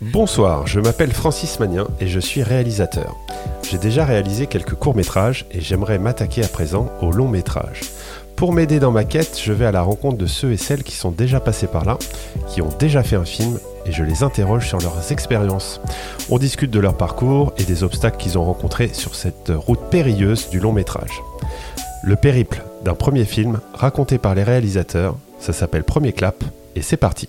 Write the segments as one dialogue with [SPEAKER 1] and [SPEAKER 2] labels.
[SPEAKER 1] Bonsoir, je m'appelle Francis Magnin et je suis réalisateur. J'ai déjà réalisé quelques courts-métrages et j'aimerais m'attaquer à présent aux longs-métrages. Pour m'aider dans ma quête, je vais à la rencontre de ceux et celles qui sont déjà passés par là, qui ont déjà fait un film et je les interroge sur leurs expériences. On discute de leur parcours et des obstacles qu'ils ont rencontrés sur cette route périlleuse du long-métrage. Le périple d'un premier film raconté par les réalisateurs, ça s'appelle Premier Clap et c'est parti.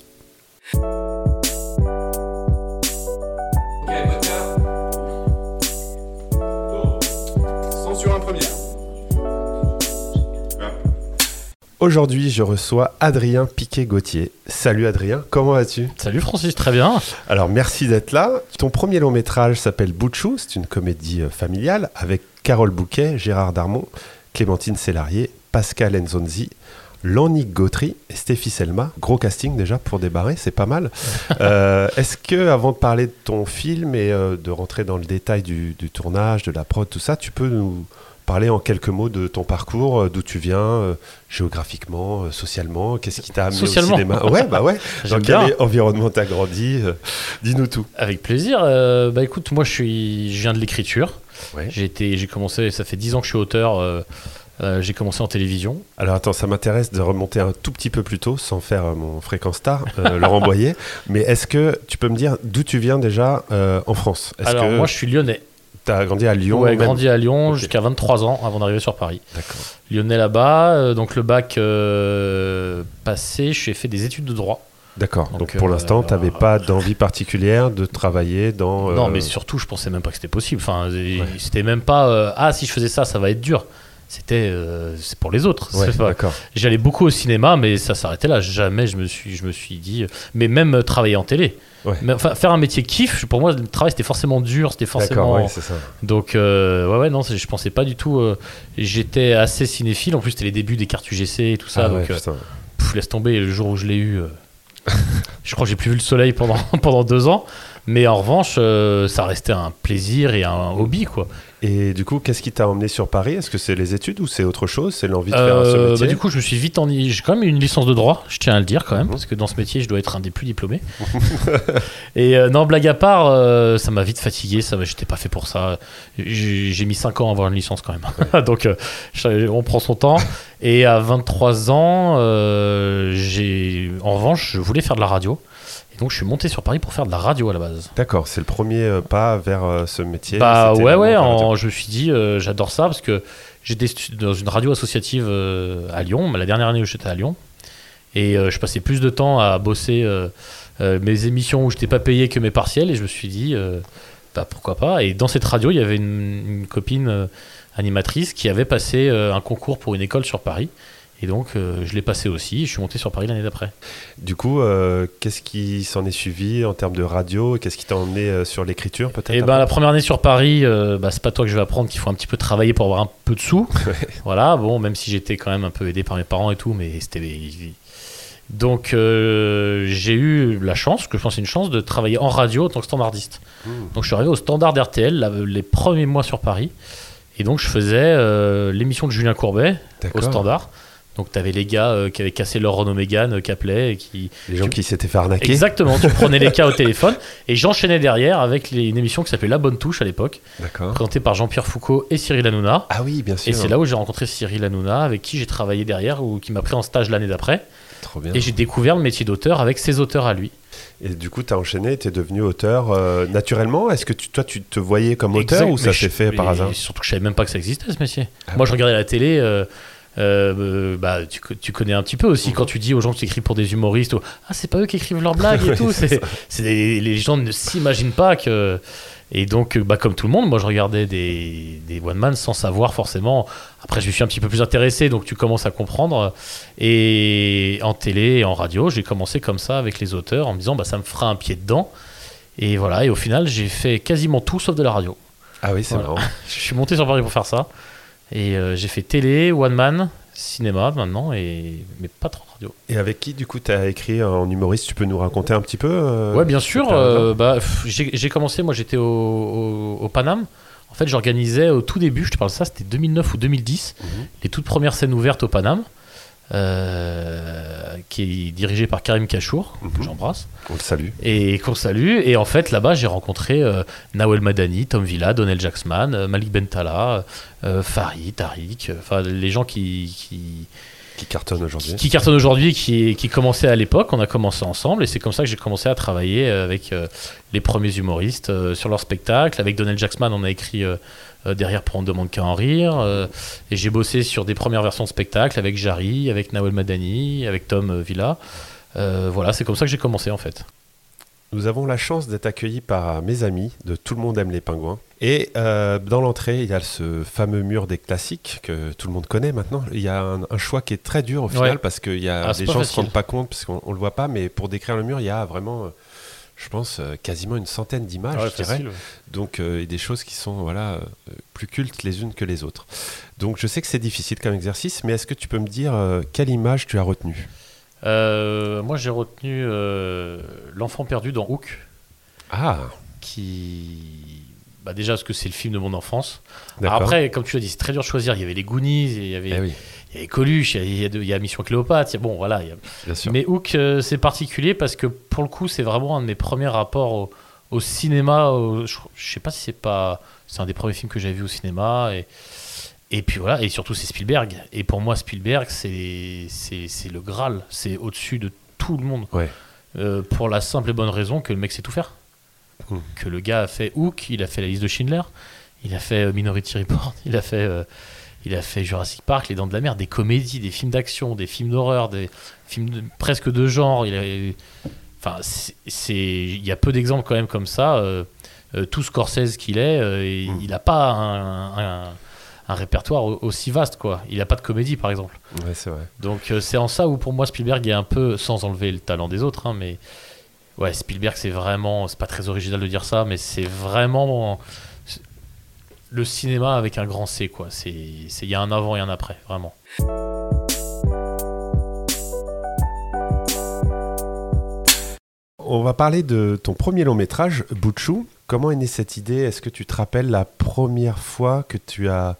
[SPEAKER 1] Aujourd'hui, je reçois Adrien Piquet-Gauthier. Salut Adrien, comment vas-tu ?
[SPEAKER 2] Salut Francis, très bien.
[SPEAKER 1] Alors merci d'être là. Ton premier long métrage s'appelle Bouchou, c'est une comédie familiale avec Carole Bouquet, Gérard Darmon, Clémentine Sélarié, Pascal Nzonzi, Lannick Gautry et Stéphie Selma. Gros casting déjà pour débarrer, c'est pas mal. Est-ce que, avant de parler de ton film et de rentrer dans le détail du tournage, de la prod, tout ça, tu peux nous parler en quelques mots de ton parcours, d'où tu viens, géographiquement, socialement, qu'est-ce qui t'a amené au cinéma ? Ouais. Dans quel environnement t'as grandi ? Dis-nous tout.
[SPEAKER 2] Avec plaisir. Écoute, moi je viens de l'écriture. Ouais. J'ai commencé, ça fait 10 ans que je suis auteur. J'ai commencé en télévision.
[SPEAKER 1] Alors attends, ça m'intéresse de remonter un tout petit peu plus tôt, sans faire mon fréquent star, Laurent Boyer. Mais est-ce que tu peux me dire d'où tu viens déjà en France ?
[SPEAKER 2] Moi je suis lyonnais.
[SPEAKER 1] T'as grandi à Lyon ?
[SPEAKER 2] Ouais, grandi à Lyon jusqu'à 23 ans avant d'arriver sur Paris.
[SPEAKER 1] D'accord.
[SPEAKER 2] Lyonnais là-bas, donc le bac passé, j'ai fait des études de droit.
[SPEAKER 1] D'accord, donc pour l'instant, tu n'avais pas d'envie particulière de travailler dans...
[SPEAKER 2] Non, mais surtout, je pensais même pas que c'était possible. Enfin, c'était même pas si je faisais ça, ça va être dur. C'est pour les autres.
[SPEAKER 1] Ouais, d'accord.
[SPEAKER 2] J'allais beaucoup au cinéma, mais ça s'arrêtait là. Jamais je me suis dit... Mais même travailler en télé. Ouais. Mais, faire un métier kiff, pour moi, le travail, c'était forcément dur. C'était forcément...
[SPEAKER 1] D'accord, c'est ça.
[SPEAKER 2] Donc, non, je pensais pas du tout... j'étais assez cinéphile. En plus, c'était les débuts des cartes UGC et tout ça. Donc, laisse tomber. Le jour où je l'ai eu... je crois que j'ai plus vu le soleil pendant 2 ans. Mais en revanche, ça restait un plaisir et un hobby, quoi.
[SPEAKER 1] Et du coup, qu'est-ce qui t'a emmené sur Paris ? Est-ce que c'est les études ou c'est autre chose ? C'est l'envie de faire ce métier ?
[SPEAKER 2] Du coup, je me suis vite j'ai quand même eu une licence de droit, je tiens à le dire quand même, parce que dans ce métier, je dois être un des plus diplômés. Et non, blague à part, ça m'a vite fatigué, j'étais pas fait pour ça. J'ai mis 5 ans à avoir une licence quand même. Donc, on prend son temps. Et à 23 ans, en revanche, je voulais faire de la radio. Et donc, je suis monté sur Paris pour faire de la radio à la base.
[SPEAKER 1] D'accord, c'est le premier pas vers ce métier.
[SPEAKER 2] Je me suis dit, j'adore ça parce que j'étais dans une radio associative à Lyon, la dernière année où j'étais à Lyon. Et je passais plus de temps à bosser mes émissions où je n'étais pas payé que mes partiels. Et je me suis dit, pourquoi pas. Et dans cette radio, il y avait une copine animatrice qui avait passé un concours pour une école sur Paris. Et donc, je l'ai passé aussi. Je suis monté sur Paris l'année d'après.
[SPEAKER 1] Du coup, qu'est-ce qui s'en est suivi en termes de radio ? Qu'est-ce qui t'a emmené sur l'écriture, peut-être ?
[SPEAKER 2] La première année sur Paris, c'est pas toi que je vais apprendre qu'il faut un petit peu travailler pour avoir un peu de sous. Voilà, bon, même si j'étais quand même un peu aidé par mes parents et tout, mais c'était... Donc, j'ai eu la chance, que je pense c'est une chance, de travailler en radio en tant que standardiste. Donc, je suis arrivé au standard d'RTL les premiers mois sur Paris. Et donc, je faisais l'émission de Julien Courbet au standard. Donc, tu avais les gars qui avaient cassé leur Renault Mégane, qui appelaient.
[SPEAKER 1] Les gens qui s'étaient fait arnaquer.
[SPEAKER 2] Exactement, tu prenais les cas au téléphone. Et j'enchaînais derrière avec une émission qui s'appelait La Bonne Touche à l'époque.
[SPEAKER 1] D'accord.
[SPEAKER 2] Présentée par Jean-Pierre Foucault et Cyril Hanouna.
[SPEAKER 1] Ah oui, bien sûr.
[SPEAKER 2] Et c'est là où j'ai rencontré Cyril Hanouna, avec qui j'ai travaillé derrière, ou qui m'a pris en stage l'année d'après.
[SPEAKER 1] Trop bien.
[SPEAKER 2] Et j'ai découvert le métier d'auteur avec ses auteurs à lui.
[SPEAKER 1] Et du coup, tu as enchaîné, tu es devenu auteur naturellement. Est-ce que toi, tu te voyais comme auteur ou ça s'est fait par hasard ?
[SPEAKER 2] Surtout que je savais même pas que ça existait, ce métier. Moi, je regardais la télé... tu connais un petit peu aussi quand tu dis aux gens que tu écris pour des humoristes c'est pas eux qui écrivent leurs blagues et tout, les gens ne s'imaginent pas que... Et donc comme tout le monde, moi je regardais des one man sans savoir forcément. Après je me suis un petit peu plus intéressé, donc tu commences à comprendre. Et en télé et en radio, j'ai commencé comme ça avec les auteurs en me disant ça me fera un pied dedans. Et voilà, et au final j'ai fait quasiment tout sauf de la radio.
[SPEAKER 1] Ah oui, c'est marrant.
[SPEAKER 2] Je suis monté sur Paris pour faire ça. Et j'ai fait télé, one man, cinéma maintenant, mais pas trop radio.
[SPEAKER 1] Et avec qui, du coup, tu as écrit en humoriste ? Tu peux nous raconter un petit peu
[SPEAKER 2] Ouais, bien sûr. J'ai commencé, moi j'étais au Paname. En fait, j'organisais au tout début, je te parle de ça, c'était 2009 ou 2010, les toutes premières scènes ouvertes au Paname. qui est dirigé par Karim Kachour, que j'embrasse.
[SPEAKER 1] On le salue.
[SPEAKER 2] Et qu'on salue. Et en fait, là-bas, j'ai rencontré Nawel Madani, Tom Villa, Donel Jacksman, Malik Bentala, Farid, Tariq, enfin les gens qui
[SPEAKER 1] cartonnent aujourd'hui.
[SPEAKER 2] Qui cartonnent aujourd'hui, qui commençaient à l'époque. On a commencé ensemble et c'est comme ça que j'ai commencé à travailler avec les premiers humoristes sur leur spectacle. Avec Donel Jacksman, on a écrit Derrière pour on ne demande qu'à en rire. Et j'ai bossé sur des premières versions de spectacle avec Jarry, avec Nawel Madani, avec Tom Villa. Voilà, c'est comme ça que j'ai commencé en fait.
[SPEAKER 1] Nous avons la chance d'être accueillis par mes amis de Tout le monde aime les pingouins. Et dans l'entrée, il y a ce fameux mur des classiques que tout le monde connaît maintenant. Il y a un choix qui est très dur au final parce que les gens ne se rendent pas compte parce qu'on ne le voit pas. Mais pour décrire le mur, il y a vraiment, je pense, quasiment une centaine d'images, je dirais.
[SPEAKER 2] Facile, ouais.
[SPEAKER 1] Donc, des choses qui sont plus cultes les unes que les autres. Donc, je sais que c'est difficile comme exercice, mais est-ce que tu peux me dire quelle image tu as retenue ?
[SPEAKER 2] Moi, j'ai retenu L'enfant perdu dans Hook.
[SPEAKER 1] Ah.
[SPEAKER 2] Déjà, parce que c'est le film de mon enfance.
[SPEAKER 1] D'accord.
[SPEAKER 2] Après, comme tu l'as dit, c'est très dur de choisir. Il y avait les Goonies, il y avait Coluche, il y a Mission Cléopâtre. Bon, voilà.
[SPEAKER 1] Bien sûr.
[SPEAKER 2] Mais Hook, c'est particulier parce que pour le coup, c'est vraiment un de mes premiers rapports au cinéma. Je sais pas si c'est un des premiers films que j'avais vu au cinéma. Et puis voilà, et surtout c'est Spielberg. Et pour moi, Spielberg, c'est le Graal. C'est au-dessus de tout le monde.
[SPEAKER 1] Ouais.
[SPEAKER 2] Pour la simple et bonne raison que le mec sait tout faire. Que le gars a fait Hook, il a fait La Liste de Schindler, il a fait Minority Report, il a fait Jurassic Park, Les Dents de la Mer, des comédies, des films d'action, des films d'horreur, des films presque de genre. Il y a peu d'exemples quand même comme ça. Tout Scorsese qu'il est, il n'a pas un répertoire aussi vaste, quoi. Il n'a pas de comédie, par exemple.
[SPEAKER 1] Ouais, c'est vrai.
[SPEAKER 2] Donc c'est en ça où pour moi Spielberg est un peu, sans enlever le talent des autres, mais ouais, Spielberg c'est pas très original de dire ça, mais c'est vraiment le cinéma avec un grand C, quoi. Il y a un avant et un après, vraiment.
[SPEAKER 1] On va parler de ton premier long métrage, Butchou. Comment est née cette idée ? Est-ce que tu te rappelles la première fois que tu as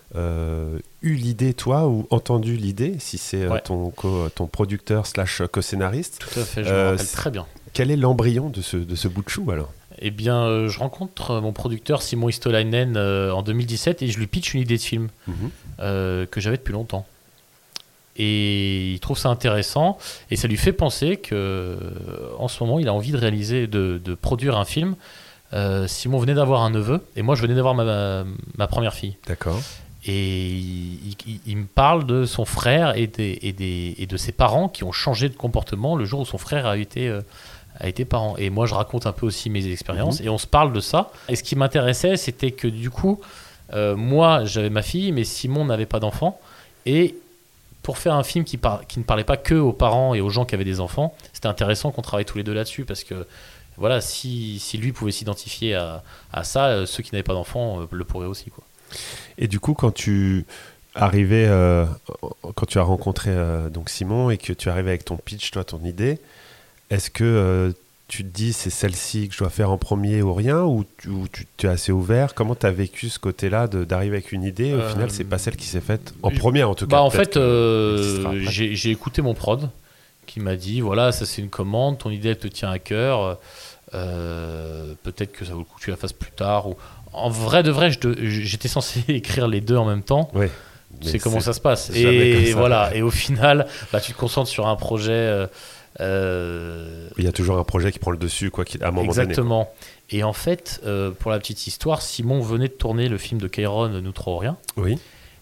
[SPEAKER 1] eu l'idée, toi, ou entendu l'idée, si c'est ton producteur / co-scénariste ?
[SPEAKER 2] Tout à fait, je me rappelle très bien.
[SPEAKER 1] Quel est l'embryon de ce Butchou, alors ?
[SPEAKER 2] Eh bien, je rencontre mon producteur Simon Histolainen en 2017 et je lui pitch une idée de film que j'avais depuis longtemps. Et il trouve ça intéressant et ça lui fait penser qu'en ce moment, il a envie de réaliser, de produire un film. Simon venait d'avoir un neveu et moi, je venais d'avoir ma première fille.
[SPEAKER 1] D'accord.
[SPEAKER 2] Et il me parle de son frère et de ses parents qui ont changé de comportement le jour où son frère a été parent. Et moi, je raconte un peu aussi mes expériences et on se parle de ça. Et ce qui m'intéressait, c'était que du coup, moi, j'avais ma fille, mais Simon n'avait pas d'enfant. Et pour faire un film qui ne parlait pas que aux parents et aux gens qui avaient des enfants, c'était intéressant qu'on travaille tous les deux là-dessus parce que voilà, si lui pouvait s'identifier à ça, ceux qui n'avaient pas d'enfants le pourraient aussi, quoi.
[SPEAKER 1] Et du coup, quand tu arrivais, quand tu as rencontré donc Simon et que tu arrivais avec ton pitch, toi, ton idée, est-ce que tu te dis c'est celle-ci que je dois faire en premier ou rien, ou tu es assez ouvert ? Comment tu as vécu ce côté-là d'arriver avec une idée ? Au final, c'est pas celle qui s'est faite en première, en tout cas.
[SPEAKER 2] En fait, j'ai écouté mon prod qui m'a dit voilà, ça c'est une commande, ton idée elle te tient à cœur, peut-être que ça vaut le coup que tu la fasses plus tard. En vrai de vrai, j'étais censé écrire les deux en même temps.
[SPEAKER 1] Oui.
[SPEAKER 2] C'est comment ça se passe. Et voilà. Et au final, tu te concentres sur un projet.
[SPEAKER 1] Il y a toujours un projet qui prend le dessus, quoi, à un moment donné.
[SPEAKER 2] Exactement. Et en fait, pour la petite histoire, Simon venait de tourner le film de Kairon, Nous trois ou rien.
[SPEAKER 1] Oui.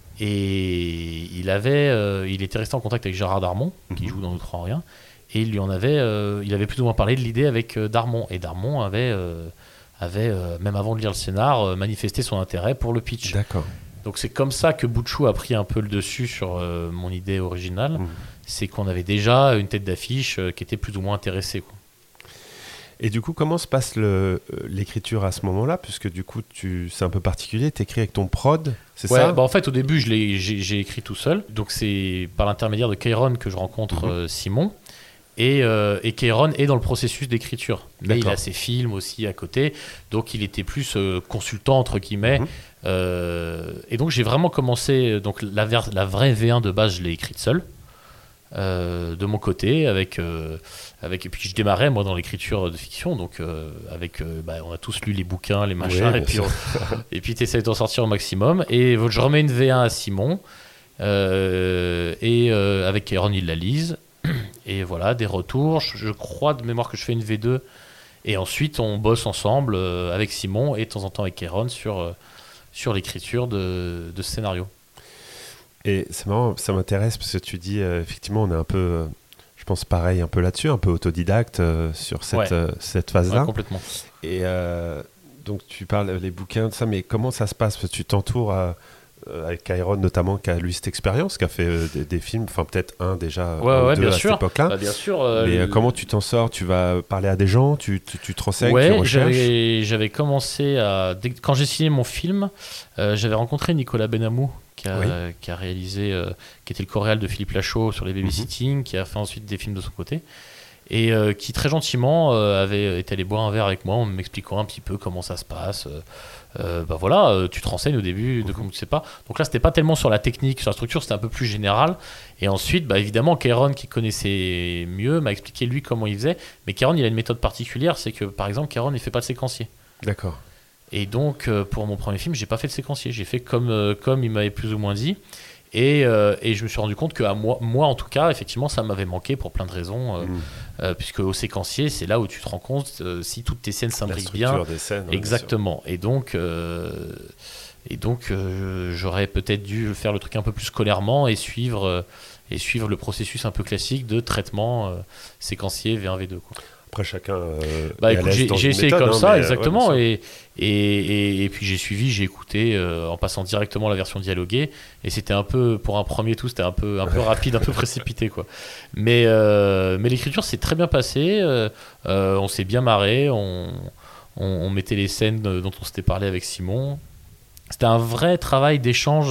[SPEAKER 2] Et il était resté en contact avec Gérard Darmon, qui joue dans Nous trois ou rien. Et il avait plus ou moins parlé de l'idée avec Darmon. Et Darmon avait même avant de lire le scénar, manifesté son intérêt pour le pitch.
[SPEAKER 1] D'accord.
[SPEAKER 2] Donc c'est comme ça que Butchou a pris un peu le dessus sur mon idée originale. C'est qu'on avait déjà une tête d'affiche qui était plus ou moins intéressée, quoi.
[SPEAKER 1] Et du coup, comment se passe l'écriture à ce moment-là ? Puisque du coup, c'est un peu particulier, tu écris avec ton prod, c'est ça ?
[SPEAKER 2] En fait, au début, j'ai écrit tout seul. Donc c'est par l'intermédiaire de Kairon que je rencontre Simon. Et Kairon est dans le processus d'écriture. Mais
[SPEAKER 1] D'accord.
[SPEAKER 2] il a ses films aussi à côté. Donc il était plus consultant, entre guillemets. Et donc j'ai vraiment commencé... Donc la vraie V1 de base, je l'ai écrite seule. de mon côté, avec et puis je démarrais moi dans l'écriture de fiction, donc on a tous lu les bouquins, les machins,
[SPEAKER 1] Oui,
[SPEAKER 2] et puis tu essaies d'en sortir au maximum. Et je remets une V1 à Simon, avec Aaron, il la lise, et voilà, des retours. Je crois de mémoire que je fais une V2, et ensuite on bosse ensemble avec Simon et de temps en temps avec Aaron sur l'écriture de ce scénario.
[SPEAKER 1] Et c'est marrant, ça m'intéresse parce que tu dis, effectivement, on est un peu, je pense pareil, un peu là-dessus, un peu autodidacte sur cette phase-là.
[SPEAKER 2] Ouais, complètement.
[SPEAKER 1] Et donc tu parles des bouquins, de ça, mais comment ça se passe? Parce que tu t'entoures avec Aaron notamment, qui a lui cette expérience, qui a fait des films, enfin peut-être un déjà, un ou deux
[SPEAKER 2] bien
[SPEAKER 1] à
[SPEAKER 2] sûr.
[SPEAKER 1] cette époque-là.
[SPEAKER 2] Bien sûr.
[SPEAKER 1] Mais comment tu t'en sors? Tu vas parler à des gens? Tu te renseignes?
[SPEAKER 2] Ouais,
[SPEAKER 1] tu recherches?
[SPEAKER 2] j'avais commencé quand j'ai signé mon film, j'avais rencontré Nicolas Benamou, qui a réalisé, qui était le choréal de Philippe Lachaud sur les babysitting, qui a fait ensuite des films de son côté, et qui très gentiment avait été allé boire un verre avec moi en m'expliquant un petit peu comment ça se passe. Tu te renseignes au début de comment tu sais pas. Donc là, c'était pas tellement sur la technique, sur la structure, c'était un peu plus général. Et ensuite, évidemment, Kéron, qui connaissait mieux, m'a expliqué lui comment il faisait. Mais Kéron, il a une méthode particulière, c'est que par exemple, Kéron, il fait pas de séquencier.
[SPEAKER 1] D'accord.
[SPEAKER 2] Et donc, pour mon premier film, j'ai pas fait de séquencier. J'ai fait comme il m'avait plus ou moins dit. Et je me suis rendu compte que moi, en tout cas, effectivement, ça m'avait manqué pour plein de raisons. Puisque au séquencier, c'est là où tu te rends compte si toutes tes scènes s'imbriquent bien.
[SPEAKER 1] Des scènes,
[SPEAKER 2] exactement. Et donc, j'aurais peut-être dû faire le truc un peu plus scolairement et suivre le processus un peu classique de traitement séquencier V1, V2, quoi.
[SPEAKER 1] Après, chacun.
[SPEAKER 2] J'ai essayé comme ça, exactement.
[SPEAKER 1] Ouais,
[SPEAKER 2] et puis j'ai suivi, j'ai écouté en passant directement la version dialoguée. Et c'était un peu, pour un premier tout, c'était un peu rapide, un peu précipité, quoi. Mais l'écriture s'est très bien passée. On s'est bien marré. On mettait les scènes dont on s'était parlé avec Simon. C'était un vrai travail d'échange.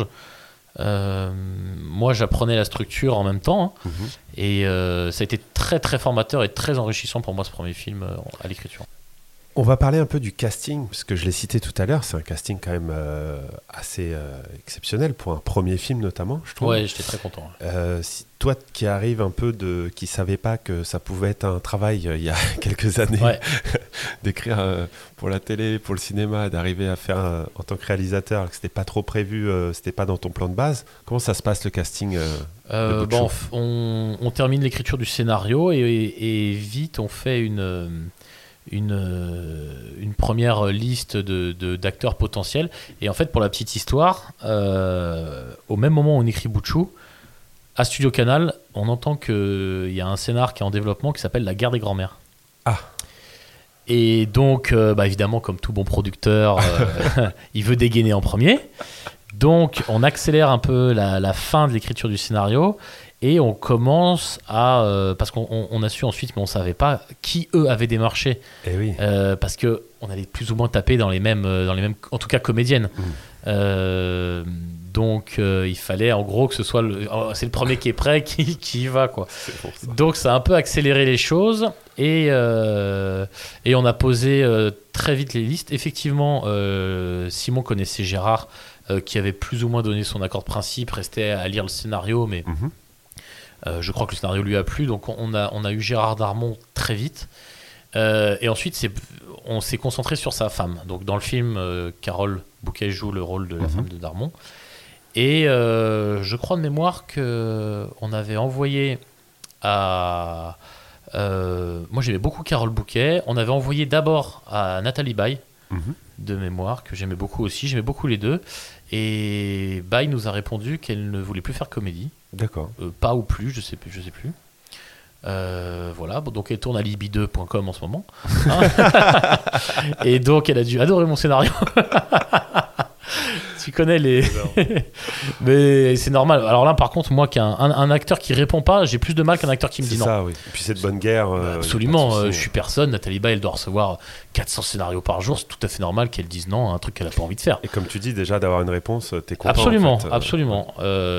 [SPEAKER 2] Moi, j'apprenais la structure en même temps, hein, et ça a été très très formateur et très enrichissant pour moi, ce premier film à l'écriture.
[SPEAKER 1] On va parler un peu du casting, parce que je l'ai cité tout à l'heure, c'est un casting quand même assez exceptionnel pour un premier film notamment, je trouve.
[SPEAKER 2] Ouais, j'étais très content.
[SPEAKER 1] Si toi qui arrives un peu qui savais pas que ça pouvait être un travail il y a quelques années, d'écrire pour la télé, pour le cinéma, d'arriver à faire en tant que réalisateur, que c'était pas trop prévu, c'était pas dans ton plan de base. Comment ça se passe le casting
[SPEAKER 2] on termine l'écriture du scénario et vite on fait une première liste d'acteurs potentiels. Et en fait, pour la petite histoire, au même moment où on écrit Butchou, à Studio Canal, on entend qu'il y a un scénar qui est en développement qui s'appelle La guerre des grands-mères.
[SPEAKER 1] Ah.
[SPEAKER 2] Et donc, évidemment, comme tout bon producteur, il veut dégainer en premier. Donc, on accélère un peu la fin de l'écriture du scénario. Et on commence parce qu'on a su ensuite, mais on ne savait pas qui eux avaient démarché.
[SPEAKER 1] Eh oui.
[SPEAKER 2] Parce qu'on allait plus ou moins taper dans les mêmes en tout cas comédiennes. Donc il fallait en gros que ce soit c'est le premier qui est prêt qui y va, quoi.
[SPEAKER 1] Bon, ça.
[SPEAKER 2] Donc ça a un peu accéléré les choses et on a posé très vite les listes. Effectivement, Simon connaissait Gérard qui avait plus ou moins donné son accord de principe, restait à lire le scénario, mais je crois que le scénario lui a plu, donc on a eu Gérard Darmon très vite. Et ensuite, on s'est concentré sur sa femme. Donc dans le film, Carole Bouquet joue le rôle de la femme de Darmon. Et je crois de mémoire qu'on avait envoyé à... moi j'aimais beaucoup Carole Bouquet. On avait envoyé d'abord à Nathalie Baye, de mémoire, que j'aimais beaucoup aussi. J'aimais beaucoup les deux. Et Baye nous a répondu qu'elle ne voulait plus faire comédie.
[SPEAKER 1] D'accord.
[SPEAKER 2] Pas ou plus, je sais plus. Voilà, donc elle tourne à libi2.com en ce moment. Et donc elle a dû adorer mon scénario. Tu connais les... Mais c'est normal. Alors là, par contre, moi, un acteur qui répond pas, j'ai plus de mal qu'un acteur qui me dit non.
[SPEAKER 1] C'est ça, oui. Et puis c'est de bonne guerre.
[SPEAKER 2] Absolument. Je suis personne. Nathalie Baye, elle doit recevoir 400 scénarios par jour. C'est tout à fait normal qu'elle dise non à un truc qu'elle a pas envie de faire.
[SPEAKER 1] Et comme tu dis, déjà, d'avoir une réponse, t'es content.
[SPEAKER 2] Absolument,
[SPEAKER 1] en fait.
[SPEAKER 2] absolument.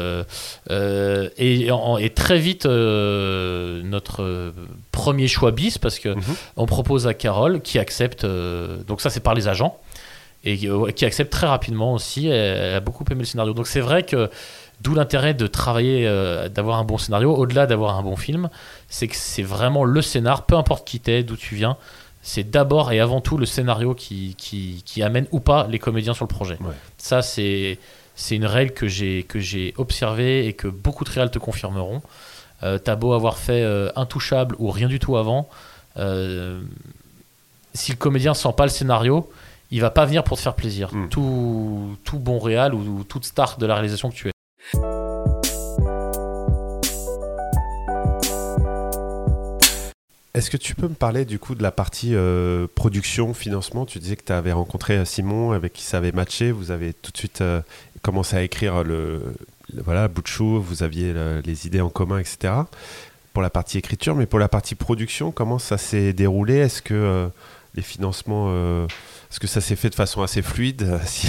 [SPEAKER 2] Et très vite, notre premier choix bis, parce que on propose à Carole, qui accepte. Donc ça, c'est par les agents. Et qui accepte très rapidement aussi. Elle a beaucoup aimé le scénario. Donc c'est vrai que D'où l'intérêt de travailler, d'avoir un bon scénario, au-delà d'avoir un bon film, c'est que c'est vraiment le scénar, peu importe qui t'es, d'où tu viens, c'est d'abord et avant tout le scénario qui amène ou pas les comédiens sur le projet.
[SPEAKER 1] Ouais.
[SPEAKER 2] Ça, c'est une règle que j'ai observée et que beaucoup de réals te confirmeront. T'as beau avoir fait Intouchable ou rien du tout avant, si le comédien sent pas le scénario, il va pas venir pour te faire plaisir. Tout bon réal ou toute star de la réalisation que tu es.
[SPEAKER 1] Est-ce que tu peux me parler du coup de la partie production, financement? Tu disais que tu avais rencontré Simon avec qui ça avait matché, vous avez tout de suite commencé à écrire voilà, bout de chou, vous aviez les idées en commun, etc. Pour la partie écriture, mais pour la partie production, comment ça s'est déroulé? Est-ce que les financements, est-ce que ça s'est fait de façon assez fluide,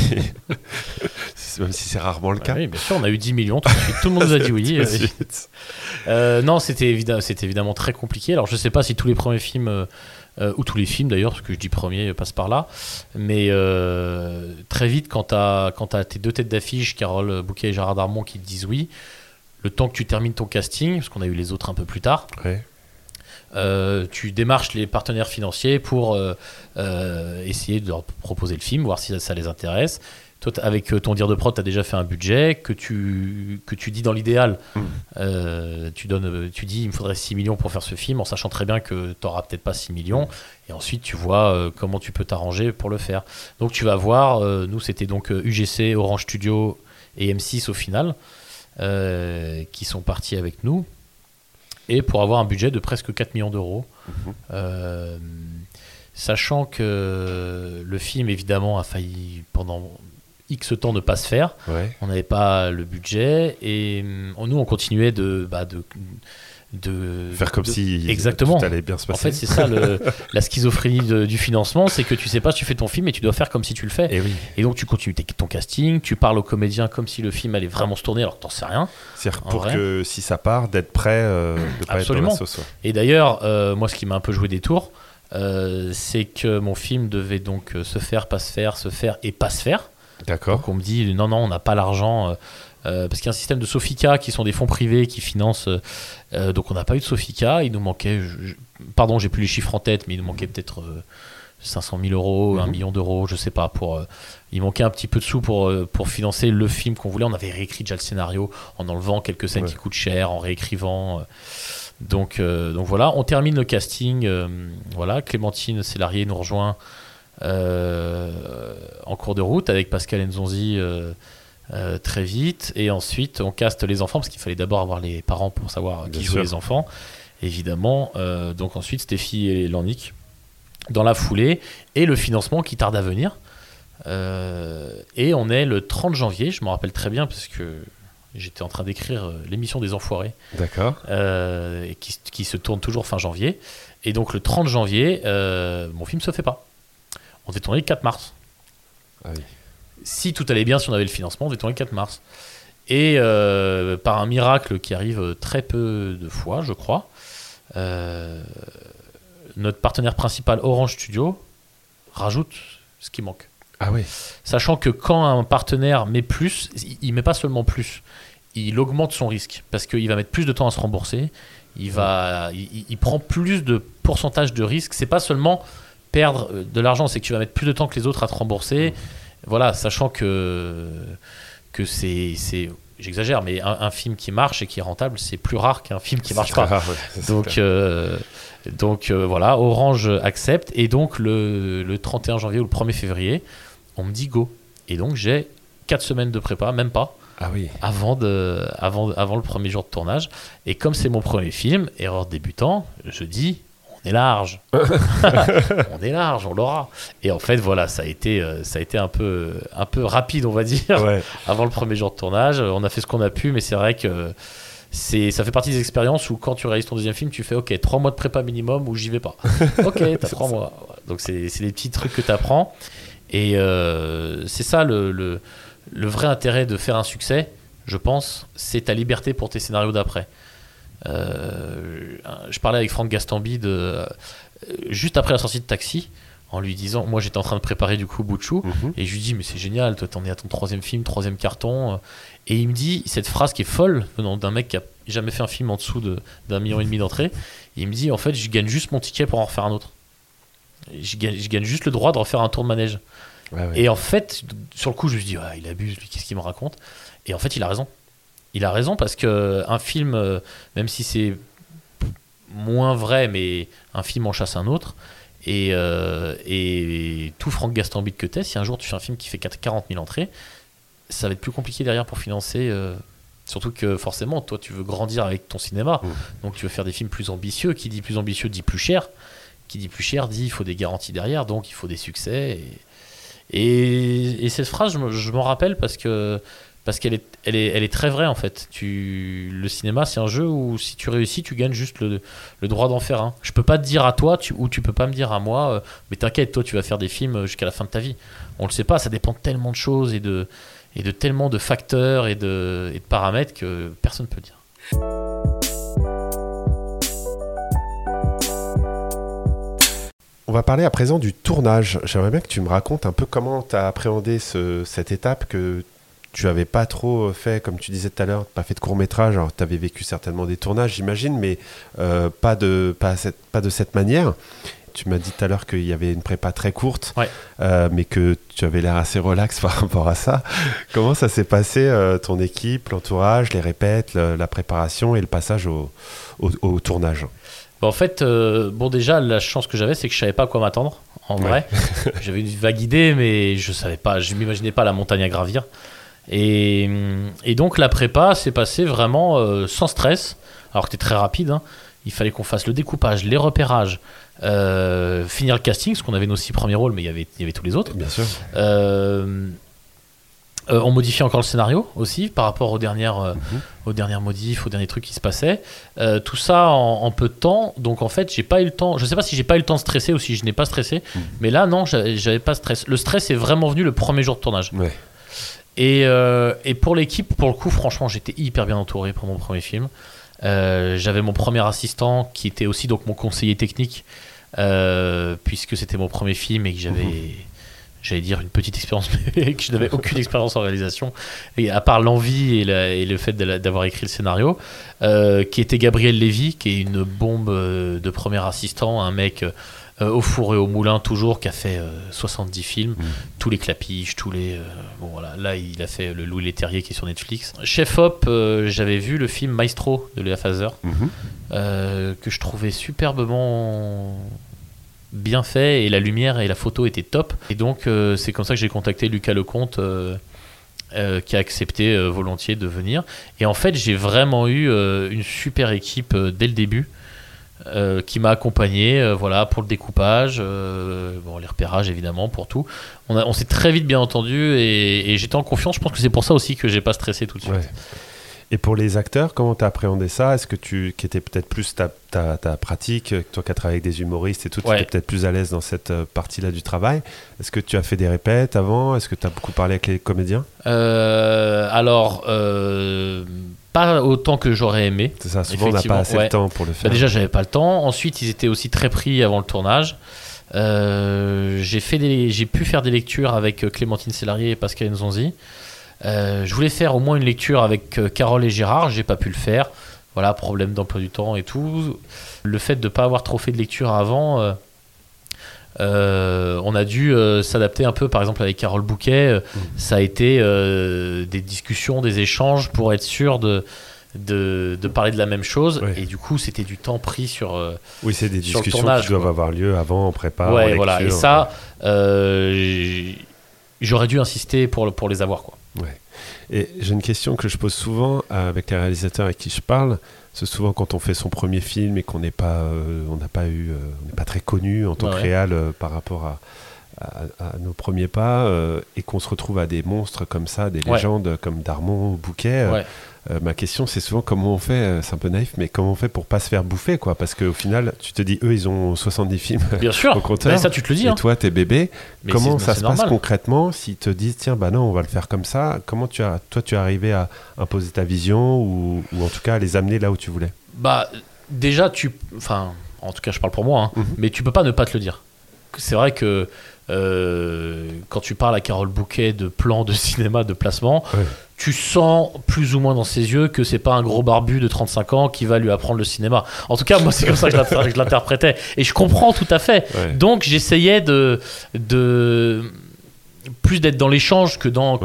[SPEAKER 1] même si c'est rarement le cas?
[SPEAKER 2] Oui, bien sûr, on a eu 10 millions, tout de suite. Tout le monde nous a dit oui. Non, c'était évidemment très compliqué. Alors, je ne sais pas si tous les premiers films, ou tous les films d'ailleurs, parce que je dis premier, passent par là, mais très vite, quand tu as tes deux têtes d'affiche, Carole Bouquet et Gérard Darmon, qui te disent oui, le temps que tu termines ton casting, parce qu'on a eu les autres un peu plus tard,
[SPEAKER 1] ouais.
[SPEAKER 2] Tu démarches les partenaires financiers pour essayer de leur proposer le film, voir si ça les intéresse. Toi, avec ton dire de prod, tu as déjà fait un budget que tu dis dans l'idéal. Tu dis il me faudrait 6 millions pour faire ce film, en sachant très bien que tu n'auras peut-être pas 6 millions. Et ensuite, tu vois comment tu peux t'arranger pour le faire. Donc, tu vas voir, nous, c'était donc UGC, Orange Studio et M6 au final, qui sont partis avec nous. Et pour avoir un budget de presque 4 millions d'euros. Sachant que le film, évidemment, a failli pendant X temps ne pas se faire.
[SPEAKER 1] Ouais.
[SPEAKER 2] On n'avait pas le budget. Et nous, on continuait de
[SPEAKER 1] faire comme si
[SPEAKER 2] exactement.
[SPEAKER 1] Tout allait bien se passer.
[SPEAKER 2] En fait, c'est ça la schizophrénie du financement, c'est que tu sais pas si tu fais ton film et tu dois faire comme si tu le fais. Et donc tu continues ton casting, tu parles aux comédiens comme si le film allait vraiment se tourner alors que t'en sais rien.
[SPEAKER 1] C'est-à-dire pour que si ça part, d'être prêt, de pas
[SPEAKER 2] absolument.
[SPEAKER 1] être dans la sauce. Ouais.
[SPEAKER 2] Et d'ailleurs, moi, ce qui m'a un peu joué des tours, c'est que mon film devait donc se faire, pas se faire, se faire et pas se faire.
[SPEAKER 1] D'accord.
[SPEAKER 2] Donc on me dit non, on n'a pas l'argent. Parce qu'il y a un système de Sofica qui sont des fonds privés qui financent, donc on n'a pas eu de Sofica, il nous manquait, pardon, j'ai plus les chiffres en tête, mais il nous manquait peut-être 500 000 euros, 1 million d'euros, je sais pas, il manquait un petit peu de sous pour financer le film qu'on voulait. On avait réécrit déjà le scénario en enlevant quelques scènes qui coûtent cher, en réécrivant. Donc voilà, on termine le casting. Voilà, Clémentine Sélarié nous rejoint en cours de route avec Pascal Nzonzi. Très vite, et ensuite on caste les enfants parce qu'il fallait d'abord avoir les parents pour savoir qui jouait les enfants, évidemment. Donc ensuite Stéphie et Lannick dans la foulée, et le financement qui tarde à venir. Et on est le 30 janvier, je me rappelle très bien parce que j'étais en train d'écrire l'émission des Enfoirés.
[SPEAKER 1] D'accord.
[SPEAKER 2] Et qui se tourne toujours fin janvier. Et donc le 30 janvier, mon film se fait pas. On devait tourner le 4 mars.
[SPEAKER 1] Ah oui.
[SPEAKER 2] Si tout allait bien, si on avait le financement, on devait tourner le 4 mars. Et par un miracle qui arrive très peu de fois, je crois, notre partenaire principal, Orange Studio, rajoute ce qui manque.
[SPEAKER 1] Ah oui.
[SPEAKER 2] Sachant que quand un partenaire met plus, il met pas seulement plus, il augmente son risque parce qu'il va mettre plus de temps à se rembourser, il prend plus de pourcentage de risque. C'est pas seulement perdre de l'argent, c'est que tu vas mettre plus de temps que les autres à te rembourser. Voilà, sachant que c'est j'exagère, mais un film qui marche et qui est rentable, c'est plus rare qu'un film qui marche pas.
[SPEAKER 1] Rare, ouais,
[SPEAKER 2] donc voilà, Orange accepte, et donc le 31 janvier ou le 1er février, on me dit go. Et donc j'ai 4 semaines de prépa, même pas, avant le premier jour de tournage. Et comme c'est mon premier film, erreur de débutant, je dis on est large. On est large, on l'aura. Et en fait, voilà, ça a été un peu rapide, on va dire, avant le premier jour de tournage. On a fait ce qu'on a pu, mais c'est vrai que ça fait partie des expériences où quand tu réalises ton deuxième film, tu fais ok, 3 mois de prépa minimum ou j'y vais pas. Ok, t'as 3 mois. Donc c'est des petits trucs que t'apprends. Et c'est ça le vrai intérêt de faire un succès, je pense, c'est ta liberté pour tes scénarios d'après. Je parlais avec Franck Gastambide juste après la sortie de Taxi. en lui disant, moi j'étais en train de préparer du coup Butchou,
[SPEAKER 1] Mhm.
[SPEAKER 2] et je lui dis mais c'est génial, toi t'en es à ton 3e film, 3e carton, et il me dit cette phrase qui est folle venant d'un mec qui a jamais fait un film en dessous d'1,5 million d'entrées. Il me dit en fait je gagne juste mon ticket pour en refaire un autre. Je gagne juste le droit de refaire un tour de manège.
[SPEAKER 1] Ouais, ouais.
[SPEAKER 2] Et en fait, sur le coup, je me suis dit, il abuse, lui, qu'est-ce qu'il me raconte? Et en fait, il a raison. Il a raison parce que un film, même si c'est moins vrai, mais un film en chasse un autre. Et tout Franck Gastambide que t'es, si un jour tu fais un film qui fait 40 000 entrées, ça va être plus compliqué derrière pour financer. Surtout que forcément, toi, tu veux grandir avec ton cinéma. Donc tu veux faire des films plus ambitieux. Qui dit plus ambitieux dit plus cher. Qui dit plus cher dit il faut des garanties derrière, donc il faut des succès. Et cette phrase, je m'en rappelle parce qu'elle est très vraie en fait. Le cinéma, c'est un jeu où si tu réussis, tu gagnes juste le droit d'en faire un. Je peux pas te dire à toi, ou tu peux pas me dire à moi, mais t'inquiète, toi tu vas faire des films jusqu'à la fin de ta vie. On le sait pas, ça dépend de tellement de choses et de tellement de facteurs et de paramètres que personne ne peut dire.
[SPEAKER 1] On va parler à présent du tournage. J'aimerais bien que tu me racontes un peu comment tu as appréhendé cette étape que tu n'avais pas trop fait, comme tu disais tout à l'heure, pas fait de court-métrage. Alors, tu avais vécu certainement des tournages, j'imagine, mais pas de cette manière. Tu m'as dit tout à l'heure qu'il y avait une prépa très courte,
[SPEAKER 2] Ouais.
[SPEAKER 1] Mais que tu avais l'air assez relax par rapport à ça. Comment ça s'est passé, ton équipe, l'entourage, les répètes, la préparation et le passage au tournage?
[SPEAKER 2] En fait, déjà, la chance que j'avais, c'est que je savais pas à quoi m'attendre, en vrai. J'avais une vague idée, mais je savais pas, je m'imaginais pas la montagne à gravir. Et donc, la prépa s'est passée vraiment sans stress, alors que c'était très rapide. Hein. Il fallait qu'on fasse le découpage, les repérages, finir le casting, parce qu'on avait nos 6 premiers rôles, mais il y avait tous les autres.
[SPEAKER 1] Bien sûr.
[SPEAKER 2] On modifiait encore le scénario aussi par rapport aux dernières modifs, aux derniers trucs qui se passaient. Tout ça en peu de temps. Donc en fait, j'ai pas eu le temps. Je sais pas si j'ai pas eu le temps de stresser ou si je n'ai pas stressé. Mais là, non, j'avais pas de stress. Le stress est vraiment venu le premier jour de tournage.
[SPEAKER 1] Ouais.
[SPEAKER 2] Et pour l'équipe, pour le coup, franchement, j'étais hyper bien entouré pour mon premier film. J'avais mon premier assistant qui était aussi donc mon conseiller technique, puisque c'était mon premier film et que j'allais dire une petite expérience, mais que je n'avais aucune expérience en réalisation, et à part l'envie et le fait d'avoir écrit le scénario, qui était Gabriel Lévy, qui est une bombe de premier assistant, un mec au four et au moulin toujours, qui a fait 70 films, tous les clapiches, bon voilà, là il a fait le Louis Leterrier qui est sur Netflix. Chef Op, j'avais vu le film Maestro de Léa Fazer, que je trouvais superbement bien fait, et la lumière et la photo étaient top, et donc c'est comme ça que j'ai contacté Lucas Lecomte, qui a accepté volontiers de venir. Et en fait j'ai vraiment eu une super équipe dès le début, qui m'a accompagné pour le découpage, les repérages évidemment, pour tout. On s'est très vite bien entendu, et j'étais en confiance. Je pense que c'est pour ça aussi que j'ai pas stressé tout de suite.
[SPEAKER 1] Ouais. Et pour les acteurs, comment tu as appréhendé ça? Est-ce que qui était peut-être plus ta pratique, toi qui as travaillé avec des humoristes et tout, tu étais peut-être plus à l'aise dans cette partie-là du travail? Est-ce que tu as fait des répètes avant? Est-ce que tu as beaucoup parlé avec les comédiens?
[SPEAKER 2] Pas autant que j'aurais aimé.
[SPEAKER 1] C'est ça, souvent on n'a pas assez de temps pour le faire.
[SPEAKER 2] Déjà, j'avais pas le temps. Ensuite, ils étaient aussi très pris avant le tournage. J'ai pu faire des lectures avec Clémentine Sélarié et Pascal Nzonzi. Je voulais faire au moins une lecture avec Carole et Gérard, j'ai pas pu le faire. Voilà, problème d'emploi du temps et tout. Le fait de pas avoir trop fait de lecture avant, on a dû s'adapter un peu. Par exemple, avec Carole Bouquet, ça a été des discussions, des échanges pour être sûr de parler de la même chose. Et du coup, c'était du temps pris sur
[SPEAKER 1] oui, c'est des
[SPEAKER 2] sur
[SPEAKER 1] discussions
[SPEAKER 2] tournage,
[SPEAKER 1] qui doivent avoir lieu avant, en prépa, en
[SPEAKER 2] ouais,
[SPEAKER 1] lecture.
[SPEAKER 2] Voilà. Et ça, j'aurais dû insister pour les avoir, quoi.
[SPEAKER 1] Ouais. Et j'ai une question que je pose souvent avec les réalisateurs avec qui je parle. C'est souvent quand on fait son premier film et qu'on n'est pas, on n'est pas très connu en tant que réal par rapport à nos premiers pas, et qu'on se retrouve à des monstres comme ça, des légendes comme Darmon ou Bouquet. Ma question, c'est souvent comment on fait, c'est un peu naïf, mais comment on fait pour pas se faire bouffer, quoi? Parce qu'au final, tu te dis, eux, ils ont 70 films. Bien sûr, au compteur,
[SPEAKER 2] ça tu te le dis.
[SPEAKER 1] Et toi, t'es bébé.
[SPEAKER 2] Mais
[SPEAKER 1] comment ça se
[SPEAKER 2] normal.
[SPEAKER 1] passe concrètement s'ils te disent, tiens, bah non, on va le faire comme ça? Comment tu es arrivé à imposer ta vision ou en tout cas à les amener là où tu voulais?
[SPEAKER 2] Bah, déjà, en tout cas, je parle pour moi, hein, mais tu peux pas ne pas te le dire. c'est vrai que quand tu parles à Carole Bouquet de plans de cinéma, de placement, tu sens plus ou moins dans ses yeux que c'est pas un gros barbu de 35 ans qui va lui apprendre le cinéma. En tout cas, moi, c'est comme ça que je l'interprétais. Et je comprends tout à fait. Ouais. Donc, j'essayais de plus d'être dans l'échange que dans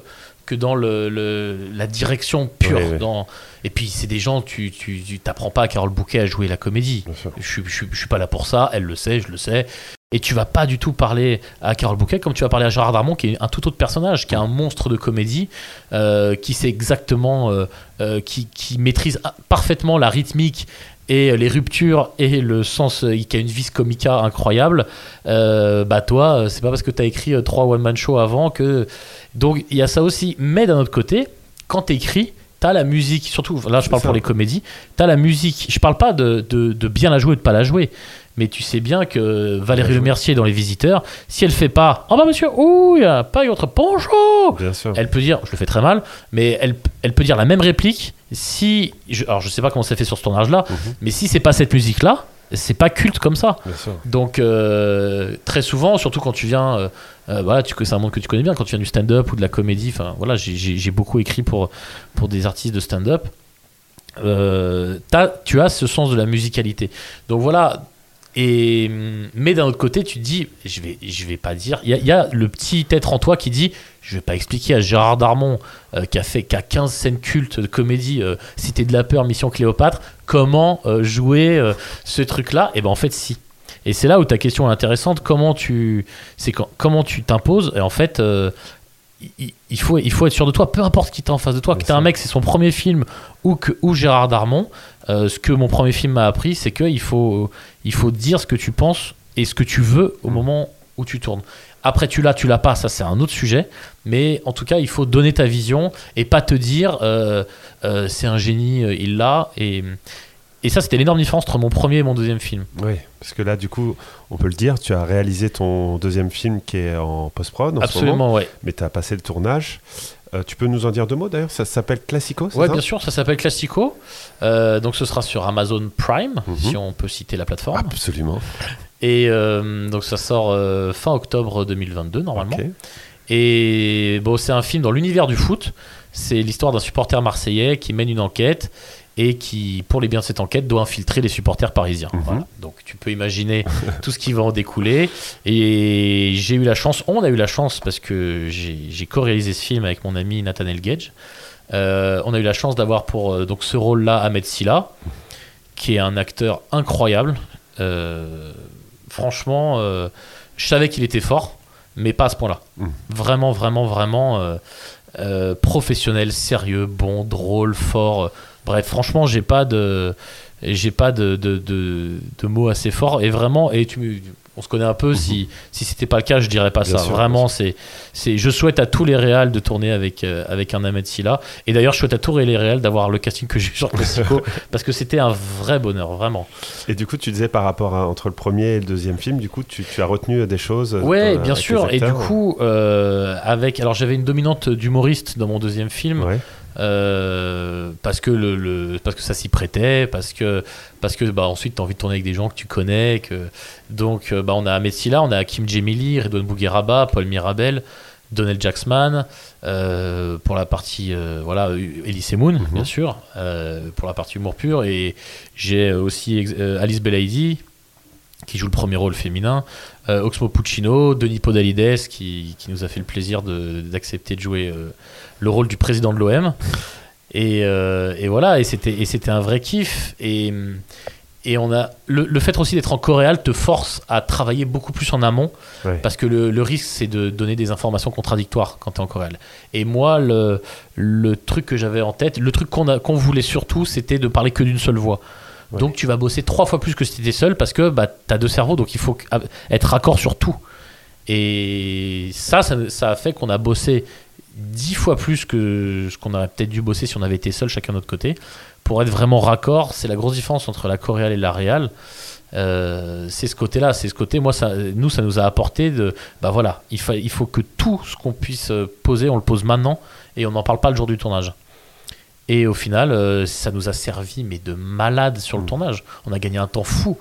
[SPEAKER 2] la direction pure. Et puis, c'est des gens, tu t'apprends pas à Carole Bouquet à jouer la comédie. Je suis pas là pour ça, elle le sait, je le sais. Et tu vas pas du tout parler à Carole Bouquet comme tu vas parler à Gérard Darmon, qui est un tout autre personnage, qui est un monstre de comédie, qui sait exactement, qui maîtrise parfaitement la rythmique et les ruptures et le sens, qui a une vis comica incroyable. Toi, c'est pas parce que tu as écrit 3 one-man shows avant que... Donc il y a ça aussi. Mais d'un autre côté, quand tu écris, t'as la musique, surtout là je parle pour les comédies, t'as la musique. Je parle pas de bien la jouer ou de pas la jouer. Mais tu sais bien que Valérie Lemercier dans Les Visiteurs, si elle fait pas « Ah bah monsieur, il n'y a pas eu autre bonjour !» Elle peut dire, je le fais très mal, mais elle peut dire la même réplique si... Alors je sais pas comment ça fait sur ce tournage-là, mais si c'est pas cette musique-là, c'est pas culte comme ça. Donc très souvent, surtout quand tu viens... c'est un monde que tu connais bien, quand tu viens du stand-up ou de la comédie, voilà, j'ai beaucoup écrit pour des artistes de stand-up. Tu as ce sens de la musicalité. Donc voilà... mais d'un autre côté, tu te dis, je vais pas dire. Il y a le petit être en toi qui dit, je vais pas expliquer à Gérard Darmon qui a 15 scènes cultes de comédie, Cité de la peur, Mission Cléopâtre, comment jouer ce truc-là. Et ben en fait, si. Et c'est là où ta question est intéressante. Comment tu t'imposes. Et en fait, il faut être sûr de toi, peu importe qui t'es en face de toi. Que t'es un mec, c'est son premier film ou Gérard Darmon. Ce que mon premier film m'a appris, c'est qu'il faut dire ce que tu penses et ce que tu veux au moment où tu tournes. Après, tu l'as pas, ça c'est un autre sujet. Mais en tout cas, il faut donner ta vision et pas te dire c'est un génie, il l'a. Et ça, c'était l'énorme différence entre mon premier et mon deuxième film.
[SPEAKER 1] Oui, parce que là, du coup, on peut le dire, tu as réalisé ton deuxième film qui est en post-prod en ce moment.
[SPEAKER 2] Absolument, oui.
[SPEAKER 1] Mais tu as passé le tournage. Tu peux nous en dire 2 mots d'ailleurs? Ça s'appelle Classico, c'est
[SPEAKER 2] ça?
[SPEAKER 1] Oui,
[SPEAKER 2] bien sûr, ça s'appelle Classico. Donc ce sera sur Amazon Prime, si on peut citer la plateforme.
[SPEAKER 1] Absolument.
[SPEAKER 2] Et donc ça sort fin octobre 2022 normalement. Okay. Et c'est un film dans l'univers du foot. C'est l'histoire d'un supporter marseillais qui mène une enquête et qui, pour les biens de cette enquête, doit infiltrer les supporters parisiens. Voilà. Donc tu peux imaginer tout ce qui va en découler. Et on a eu la chance, parce que j'ai co-réalisé ce film avec mon ami Nathaniel Gage. On a eu la chance d'avoir pour donc, ce rôle-là Ahmed Silla, qui est un acteur incroyable. Franchement, je savais qu'il était fort, mais pas à ce point-là. Vraiment, vraiment, vraiment professionnel, sérieux, bon, drôle, fort... Bref, franchement, j'ai pas de mots assez forts. Et vraiment, on se connaît un peu. Si c'était pas le cas, je dirais pas bien ça. Sûr, vraiment, je souhaite à tous les réals de tourner avec un Ahmed Silla. Et d'ailleurs, je souhaite à tous les réals d'avoir le casting que j'ai eu sur Classico parce que c'était un vrai bonheur, vraiment.
[SPEAKER 1] Et du coup, tu disais par rapport entre le premier et le deuxième film, du coup, tu as retenu des choses.
[SPEAKER 2] Ouais, bien sûr. Et du coup, alors j'avais une dominante d'humoriste dans mon deuxième film. Ouais. Parce que ça s'y prêtait, parce que ensuite tu as envie de tourner avec des gens que tu connais, donc on a Ahmed Silla, on a Hakim Djemili, Redouane Bougueraba, Paul Mirabel, Donald Jacksman, pour la partie Elie Moon, bien sûr, pour la partie humour pur, et j'ai aussi Alice Belaïdi qui joue le premier rôle féminin, Oxmo Puccino, Denis Podalides qui nous a fait le plaisir d'accepter de jouer le rôle du président de l'OM. Et voilà, et c'était un vrai kiff. Et on a le fait aussi d'être en Coréal te force à travailler beaucoup plus en amont, parce que le risque c'est de donner des informations contradictoires quand tu es en Coréal. Et moi, le truc que j'avais en tête, le truc qu'on voulait surtout, c'était de parler que d'une seule voix. Ouais. Donc tu vas bosser 3 fois plus que si tu étais seul, parce que tu as 2 cerveaux, donc il faut être raccord sur tout. Et ça a fait qu'on a bossé 10 fois plus que ce qu'on aurait peut-être dû bosser si on avait été seul chacun de notre côté, pour être vraiment raccord. C'est la grosse différence entre la Coréal et la Réal. C'est ce côté-là, moi ça nous a apporté il faut que tout ce qu'on puisse poser, on le pose maintenant et on n'en parle pas le jour du tournage. Et au final, ça nous a servi mais de malade sur le tournage. On a gagné un temps fou.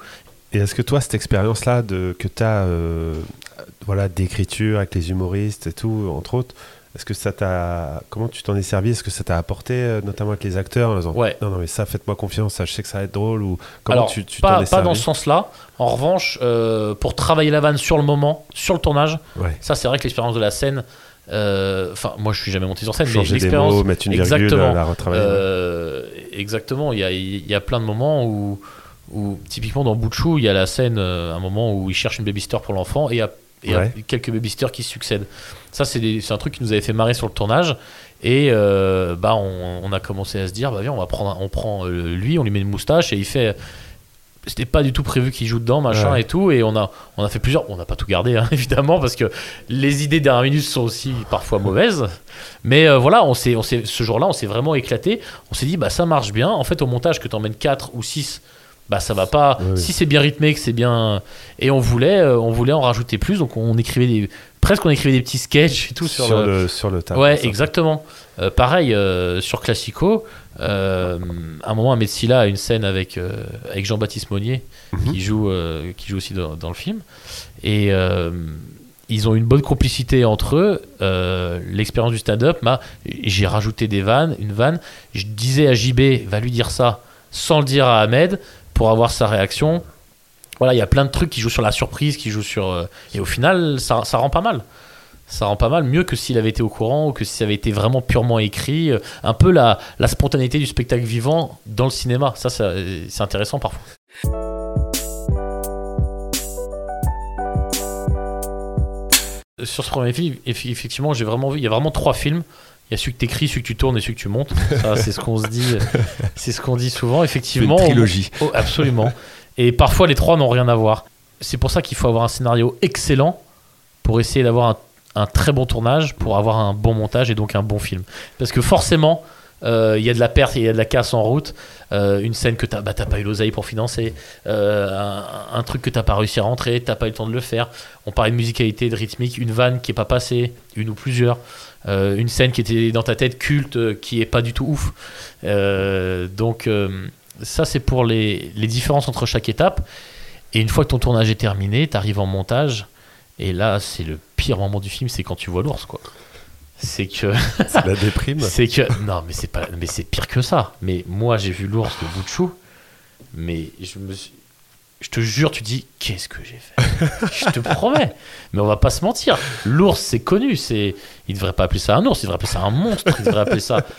[SPEAKER 1] Et est-ce que toi, cette expérience-là que tu as d'écriture avec les humoristes et tout, entre autres, est-ce que ça t'a... Comment tu t'en es servi? Est-ce que ça t'a apporté, notamment avec les acteurs, en disant,
[SPEAKER 2] Ouais.
[SPEAKER 1] non, mais ça, faites-moi confiance, ça, je sais que ça va être drôle, ou comment
[SPEAKER 2] Alors,
[SPEAKER 1] tu t'en es
[SPEAKER 2] pas
[SPEAKER 1] servi?
[SPEAKER 2] dans ce sens-là. En revanche, pour travailler la vanne sur le moment, sur le tournage,
[SPEAKER 1] Ouais.
[SPEAKER 2] ça, c'est vrai que l'expérience de la scène... Enfin, moi, je suis jamais monté sur scène, mais
[SPEAKER 1] Changer des
[SPEAKER 2] l'expérience...
[SPEAKER 1] mots, mettre une virgule,
[SPEAKER 2] Exactement.
[SPEAKER 1] la retravailler.
[SPEAKER 2] Exactement. Il y a plein de moments où typiquement dans Butchou, il y a la scène, un moment où il cherche une babysitter pour l'enfant et il y a quelques babysitters qui se succèdent. Ça, c'est un truc qui nous avait fait marrer sur le tournage. Et on a commencé à se dire, viens, on prend lui, on lui met une moustache et il fait... C'était pas du tout prévu qu'il joue dedans, machin et tout. Et on a fait plusieurs... On n'a pas tout gardé, hein, évidemment, parce que les idées dernière minute sont aussi parfois mauvaises. Mais voilà, ce jour-là, on s'est vraiment éclaté. On s'est dit, ça marche bien. En fait, au montage, que tu emmènes 4 ou 6... ça va pas.
[SPEAKER 1] Oui.
[SPEAKER 2] Si c'est bien rythmé, que c'est bien. Et on voulait en rajouter plus, donc on écrivait des petits sketchs et tout sur
[SPEAKER 1] le tas.
[SPEAKER 2] Ouais, exactement. Pareil sur Classico. Un moment, Metsila a une scène avec Jean-Baptiste Monnier qui joue aussi dans le film. Et ils ont une bonne complicité entre eux. L'expérience du stand-up, j'ai rajouté une vanne. Je disais à JB, va lui dire ça, sans le dire à Ahmed, pour avoir sa réaction. Voilà, il y a plein de trucs qui jouent sur la surprise, qui jouent sur... et au final, ça rend pas mal. Ça rend pas mal, mieux que s'il avait été au courant ou que si ça avait été vraiment purement écrit. Un peu la spontanéité du spectacle vivant dans le cinéma. Ça, c'est intéressant parfois. Sur ce premier film, effectivement, j'ai vraiment vu... Il y a vraiment 3 films. Il y a celui que t'écris, celui que tu tournes et celui que tu montes. Ça, c'est ce qu'on se dit. C'est ce qu'on dit souvent. Effectivement.
[SPEAKER 1] Une trilogie.
[SPEAKER 2] Absolument. Et parfois, les 3 n'ont rien à voir. C'est pour ça qu'il faut avoir un scénario excellent pour essayer d'avoir un très bon tournage, pour avoir un bon montage et donc un bon film. Parce que forcément, il y a de la perte et il y a de la casse en route. Une scène que t'as pas eu l'oseille pour financer, un truc que t'as pas réussi à rentrer, t'as pas eu le temps de le faire. On parlait de musicalité, de rythmique, une vanne qui est pas passée, une ou plusieurs. Une scène qui était dans ta tête culte, qui est pas du tout ouf. Donc ça, c'est pour les différences entre chaque étape. Et une fois que ton tournage est terminé, t'arrives en montage, et là, c'est le pire moment du film, c'est quand tu vois l'ours, quoi. C'est que...
[SPEAKER 1] C'est la déprime.
[SPEAKER 2] C'est que... Non, mais c'est pire que ça. Mais moi, j'ai vu l'ours de Butchou, mais je te jure, tu dis, qu'est-ce que j'ai fait? Je te promets. Mais on va pas se mentir. L'ours, c'est connu. Il devrait pas appeler ça un ours, il devrait appeler ça un monstre. Il devrait appeler ça...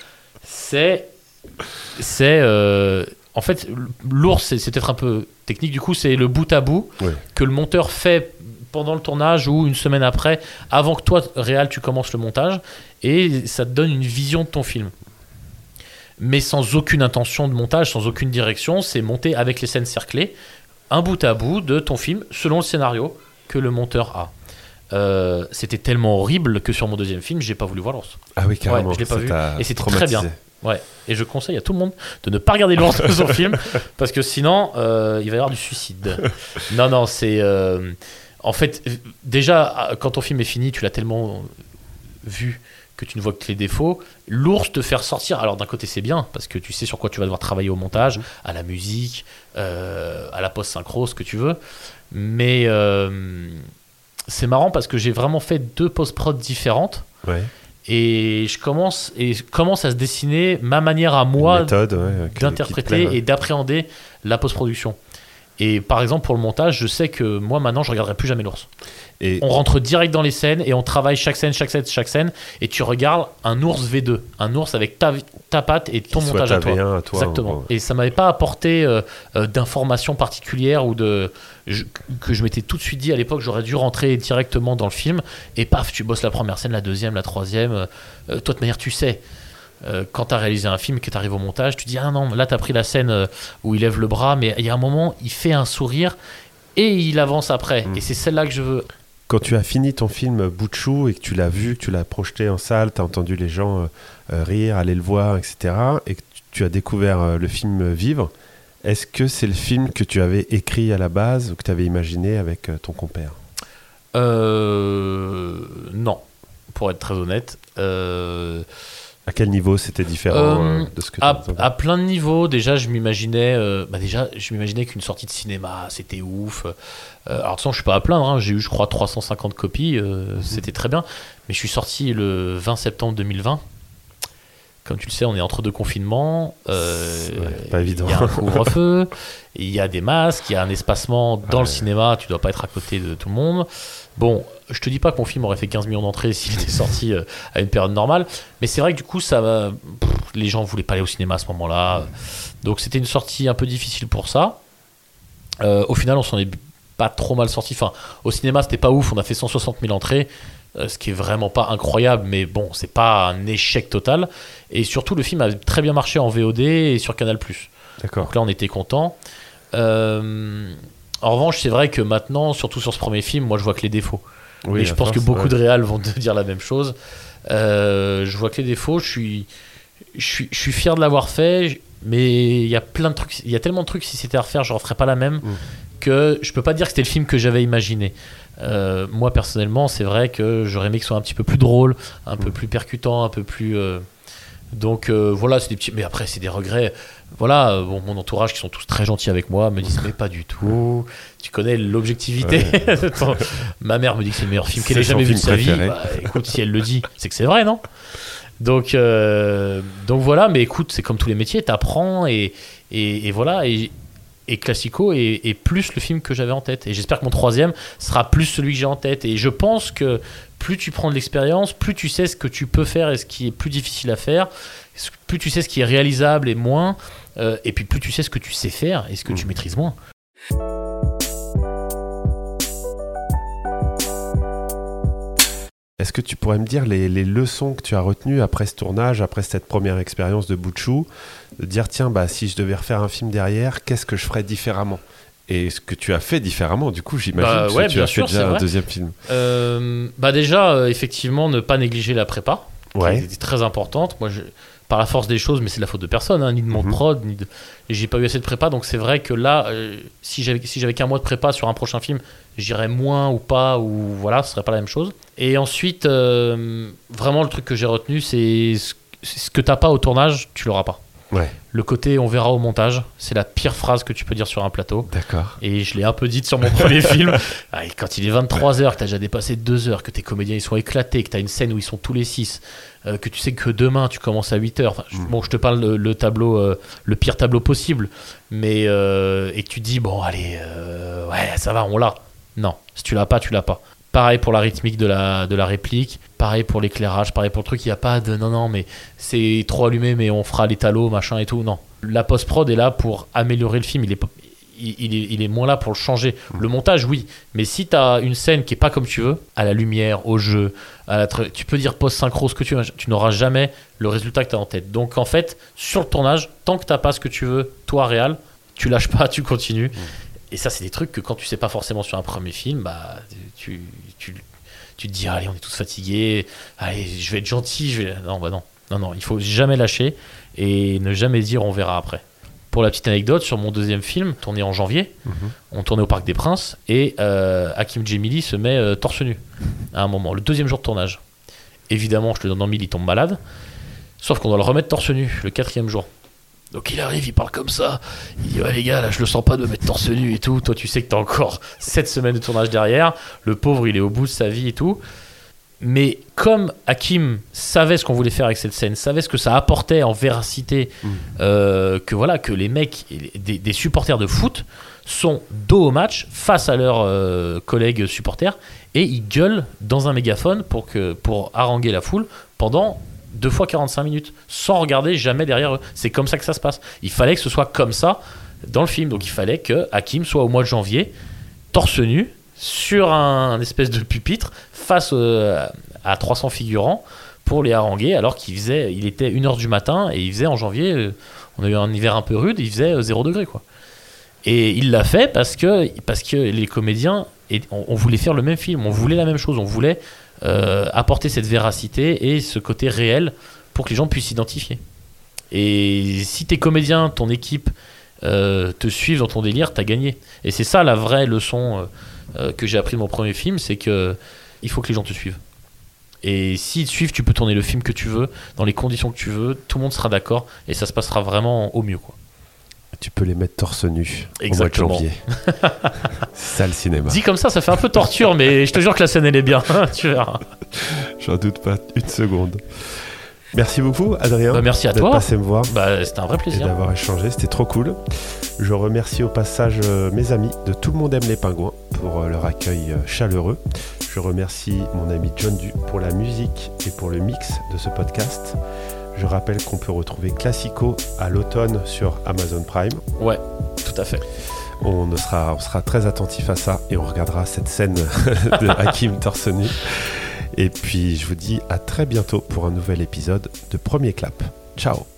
[SPEAKER 2] En fait, l'ours, c'est peut-être un peu technique. Du coup, c'est le bout à bout que le monteur fait pendant le tournage ou une semaine après, avant que toi, réal, tu commences le montage. Et ça te donne une vision de ton film. Mais sans aucune intention de montage, sans aucune direction. C'est monté avec les scènes cerclées, un bout à bout de ton film, selon le scénario que le monteur a. C'était tellement horrible que sur mon deuxième film, j'ai pas voulu voir l'ours.
[SPEAKER 1] Ah oui, carrément.
[SPEAKER 2] Ouais, je l'ai pas vu. Et c'était
[SPEAKER 1] traumatisé.
[SPEAKER 2] très bien. Ouais. Et je conseille à tout le monde de ne pas regarder l'ours de son film, parce que sinon, il va y avoir du suicide. Non, c'est... en fait, déjà, quand ton film est fini, tu l'as tellement vu que tu ne vois que les défauts. L'ours te faire sortir, alors d'un côté c'est bien, parce que tu sais sur quoi tu vas devoir travailler au montage, à la musique, à la post-synchro, ce que tu veux. Mais c'est marrant parce que j'ai vraiment fait 2 post-prod différentes.
[SPEAKER 1] Ouais.
[SPEAKER 2] Et je commence à se dessiner ma manière à moi d'interpréter et d'appréhender la post-production. Et par exemple, pour le montage, je sais que moi, maintenant, je ne regarderai plus jamais l'ours. Et on rentre direct dans les scènes et on travaille chaque scène. Et tu regardes un ours V2, un ours avec ta patte et ton montage à toi. Exactement. Et ça ne m'avait pas apporté d'informations particulières ou que je m'étais tout de suite dit à l'époque, j'aurais dû rentrer directement dans le film. Et paf, tu bosses la première scène, la deuxième, la troisième. Toi, de toute manière, tu sais. Quand tu as réalisé un film, que tu arrives au montage, tu dis ah non, là tu as pris la scène où il lève le bras, mais il y a un moment, il fait un sourire et il avance après. Et c'est celle-là que je veux.
[SPEAKER 1] Quand tu as fini ton film Butchou et que tu l'as vu, que tu l'as projeté en salle, tu as entendu les gens rire, aller le voir, etc., et que tu as découvert le film vivre, est-ce que c'est le film que tu avais écrit à la base ou que tu avais imaginé avec ton compère?
[SPEAKER 2] Non, pour être très honnête.
[SPEAKER 1] À quel niveau c'était différent de ce que tu
[SPEAKER 2] à plein de niveaux. Déjà, je m'imaginais qu'une sortie de cinéma, c'était ouf. Alors, de toute façon, je suis pas à plaindre. Hein. J'ai eu, je crois, 350 copies. C'était très bien. Mais je suis sorti le 20 septembre 2020. Comme tu le sais, on est entre deux confinements.
[SPEAKER 1] Pas évident.
[SPEAKER 2] Il y a un couvre-feu, il y a des masques, il y a un espacement dans le cinéma. Tu dois pas être à côté de tout le monde. Bon, je te dis pas que mon film aurait fait 15 millions d'entrées s'il était sorti à une période normale, mais c'est vrai que du coup, les gens voulaient pas aller au cinéma à ce moment-là. Donc c'était une sortie un peu difficile pour ça. Au final, on s'en est pas trop mal sorti. Enfin, au cinéma, c'était pas ouf. On a fait 160 000 entrées, ce qui est vraiment pas incroyable, mais bon, c'est pas un échec total. Et surtout, le film a très bien marché en VOD et sur Canal+.
[SPEAKER 1] D'accord.
[SPEAKER 2] Donc là, on était contents. En revanche, c'est vrai que maintenant, surtout sur ce premier film, moi je vois que les défauts.
[SPEAKER 1] Oui,
[SPEAKER 2] et je pense que beaucoup de réals vont te dire la même chose. Je vois que les défauts, je suis fier de l'avoir fait, mais il y a plein de trucs, il y a tellement de trucs, si c'était à refaire, je ne referais pas la même, que je peux pas dire que c'était le film que j'avais imaginé. Moi personnellement, c'est vrai que j'aurais aimé qu'il soit un petit peu plus drôle, un peu plus percutant, un peu plus... Donc voilà, c'est des petits... Mais après, c'est des regrets. Voilà, mon entourage qui sont tous très gentils avec moi me disent mais pas du tout. Tu connais l'objectivité. Ouais. Ma mère me dit que c'est le meilleur film qu'elle ait jamais vu de sa vie. Bah, écoute, si elle le dit, c'est que c'est vrai, non ? Donc voilà, mais écoute, c'est comme tous les métiers, t'apprends et voilà. Et Classico est plus le film que j'avais en tête. Et j'espère que mon troisième sera plus celui que j'ai en tête. Et je pense que plus tu prends de l'expérience, plus tu sais ce que tu peux faire et ce qui est plus difficile à faire, plus tu sais ce qui est réalisable et moins, et puis plus tu sais ce que tu sais faire et ce que tu maîtrises moins.
[SPEAKER 1] Est-ce que tu pourrais me dire les leçons que tu as retenues après ce tournage, après cette première expérience de Butchou, de dire tiens, si je devais refaire un film derrière, qu'est-ce que je ferais différemment ? Et ce que tu as fait différemment, du coup, j'imagine que tu as fait déjà un deuxième film.
[SPEAKER 2] Déjà, effectivement, ne pas négliger la prépa,
[SPEAKER 1] qui
[SPEAKER 2] était très importante. Moi, par la force des choses, mais c'est de la faute de personne, hein, ni de mon prod, j'ai pas eu assez de prépa, donc c'est vrai que là, si j'avais qu'un mois de prépa sur un prochain film, j'irais moins ou pas, ou voilà, ce serait pas la même chose. Et ensuite, vraiment, le truc que j'ai retenu, c'est ce que t'as pas au tournage, tu l'auras pas.
[SPEAKER 1] Ouais.
[SPEAKER 2] Le côté on verra au montage, c'est la pire phrase que tu peux dire sur un plateau.
[SPEAKER 1] D'accord.
[SPEAKER 2] Et je l'ai un peu dit sur mon premier film. Quand il est 23h, que tu as déjà dépassé 2 heures, que tes comédiens ils sont éclatés, que tu as une scène où ils sont tous les 6, que tu sais que demain tu commences à 8h. Bon, je te parle le tableau, le pire tableau possible. Mais, et que tu dis, bon, allez, ouais, ça va, on l'a. Non, si tu l'as pas, tu l'as pas. Pareil pour la rythmique de la réplique, pareil pour l'éclairage, pareil pour le truc, il n'y a pas de non, mais c'est trop allumé, mais on fera l'étalo, machin et tout. Non. La post-prod est là pour améliorer le film, il est moins là pour le changer. Le montage, oui, mais si tu as une scène qui n'est pas comme tu veux, à la lumière, au jeu, tu peux dire post-synchro, ce que tu veux, tu n'auras jamais le résultat que tu as en tête. Donc en fait, sur le tournage, tant que tu n'as pas ce que tu veux, toi, réal, tu lâches pas, tu continues. Et ça, c'est des trucs que quand tu sais pas forcément sur un premier film, tu te dis, allez, on est tous fatigués, allez, je vais être gentil, non, il faut jamais lâcher et ne jamais dire on verra après. Pour la petite anecdote, sur mon deuxième film, tourné en janvier, on tournait au Parc des Princes et Hakim Djemili se met torse nu à un moment, le deuxième jour de tournage. Évidemment, je te donne en mille, il tombe malade, sauf qu'on doit le remettre torse nu le 4e jour. Donc il arrive, il parle comme ça, il dit ouais les gars, là je le sens pas de me mettre torse nu et tout, toi tu sais que t'as encore 7 semaines de tournage derrière, le pauvre il est au bout de sa vie et tout. Mais comme Hakim savait ce qu'on voulait faire avec cette scène, savait ce que ça apportait en véracité, que les mecs, des supporters de foot sont dos au match face à leurs collègues supporters et ils gueulent dans un mégaphone pour haranguer la foule pendant 2 fois 45 minutes, sans regarder jamais derrière eux. C'est comme ça que ça se passe. Il fallait que ce soit comme ça dans le film. Donc il fallait que Hakim soit au mois de janvier, torse nu, sur un espèce de pupitre, face à 300 figurants, pour les haranguer, alors il était 1h du matin, et il faisait en janvier, on a eu un hiver un peu rude, il faisait 0 degré, quoi. Et il l'a fait parce que les comédiens, on voulait faire le même film, on voulait la même chose, on voulait apporter cette véracité et ce côté réel pour que les gens puissent s'identifier. Et si tes comédiens, ton équipe te suivent dans ton délire, t'as gagné. Et c'est ça la vraie leçon que j'ai appris de mon premier film, c'est que il faut que les gens te suivent. Et s'ils te suivent, tu peux tourner le film que tu veux, dans les conditions que tu veux, tout le monde sera d'accord et ça se passera vraiment au mieux, quoi.
[SPEAKER 1] Tu peux les mettre torse nu
[SPEAKER 2] Exactement.
[SPEAKER 1] au mois de janvier. C'est ça le cinéma.
[SPEAKER 2] Dit comme ça fait un peu torture, mais je te jure que la scène elle est bien. Tu verras.
[SPEAKER 1] J'en doute pas une seconde. Merci beaucoup, Adrien.
[SPEAKER 2] Merci à
[SPEAKER 1] d'être
[SPEAKER 2] toi.
[SPEAKER 1] passé me voir.
[SPEAKER 2] C'était un vrai
[SPEAKER 1] Et
[SPEAKER 2] plaisir.
[SPEAKER 1] d'avoir échangé, c'était trop cool. Je remercie au passage mes amis de Tout le monde aime les pingouins pour leur accueil chaleureux. Je remercie mon ami John Du pour la musique et pour le mix de ce podcast. Je rappelle qu'on peut retrouver Classico à l'automne sur Amazon Prime.
[SPEAKER 2] Ouais, tout à fait.
[SPEAKER 1] On sera très attentif à ça et on regardera cette scène de Hakim torse nu. Et puis je vous dis à très bientôt pour un nouvel épisode de Premier Clap. Ciao.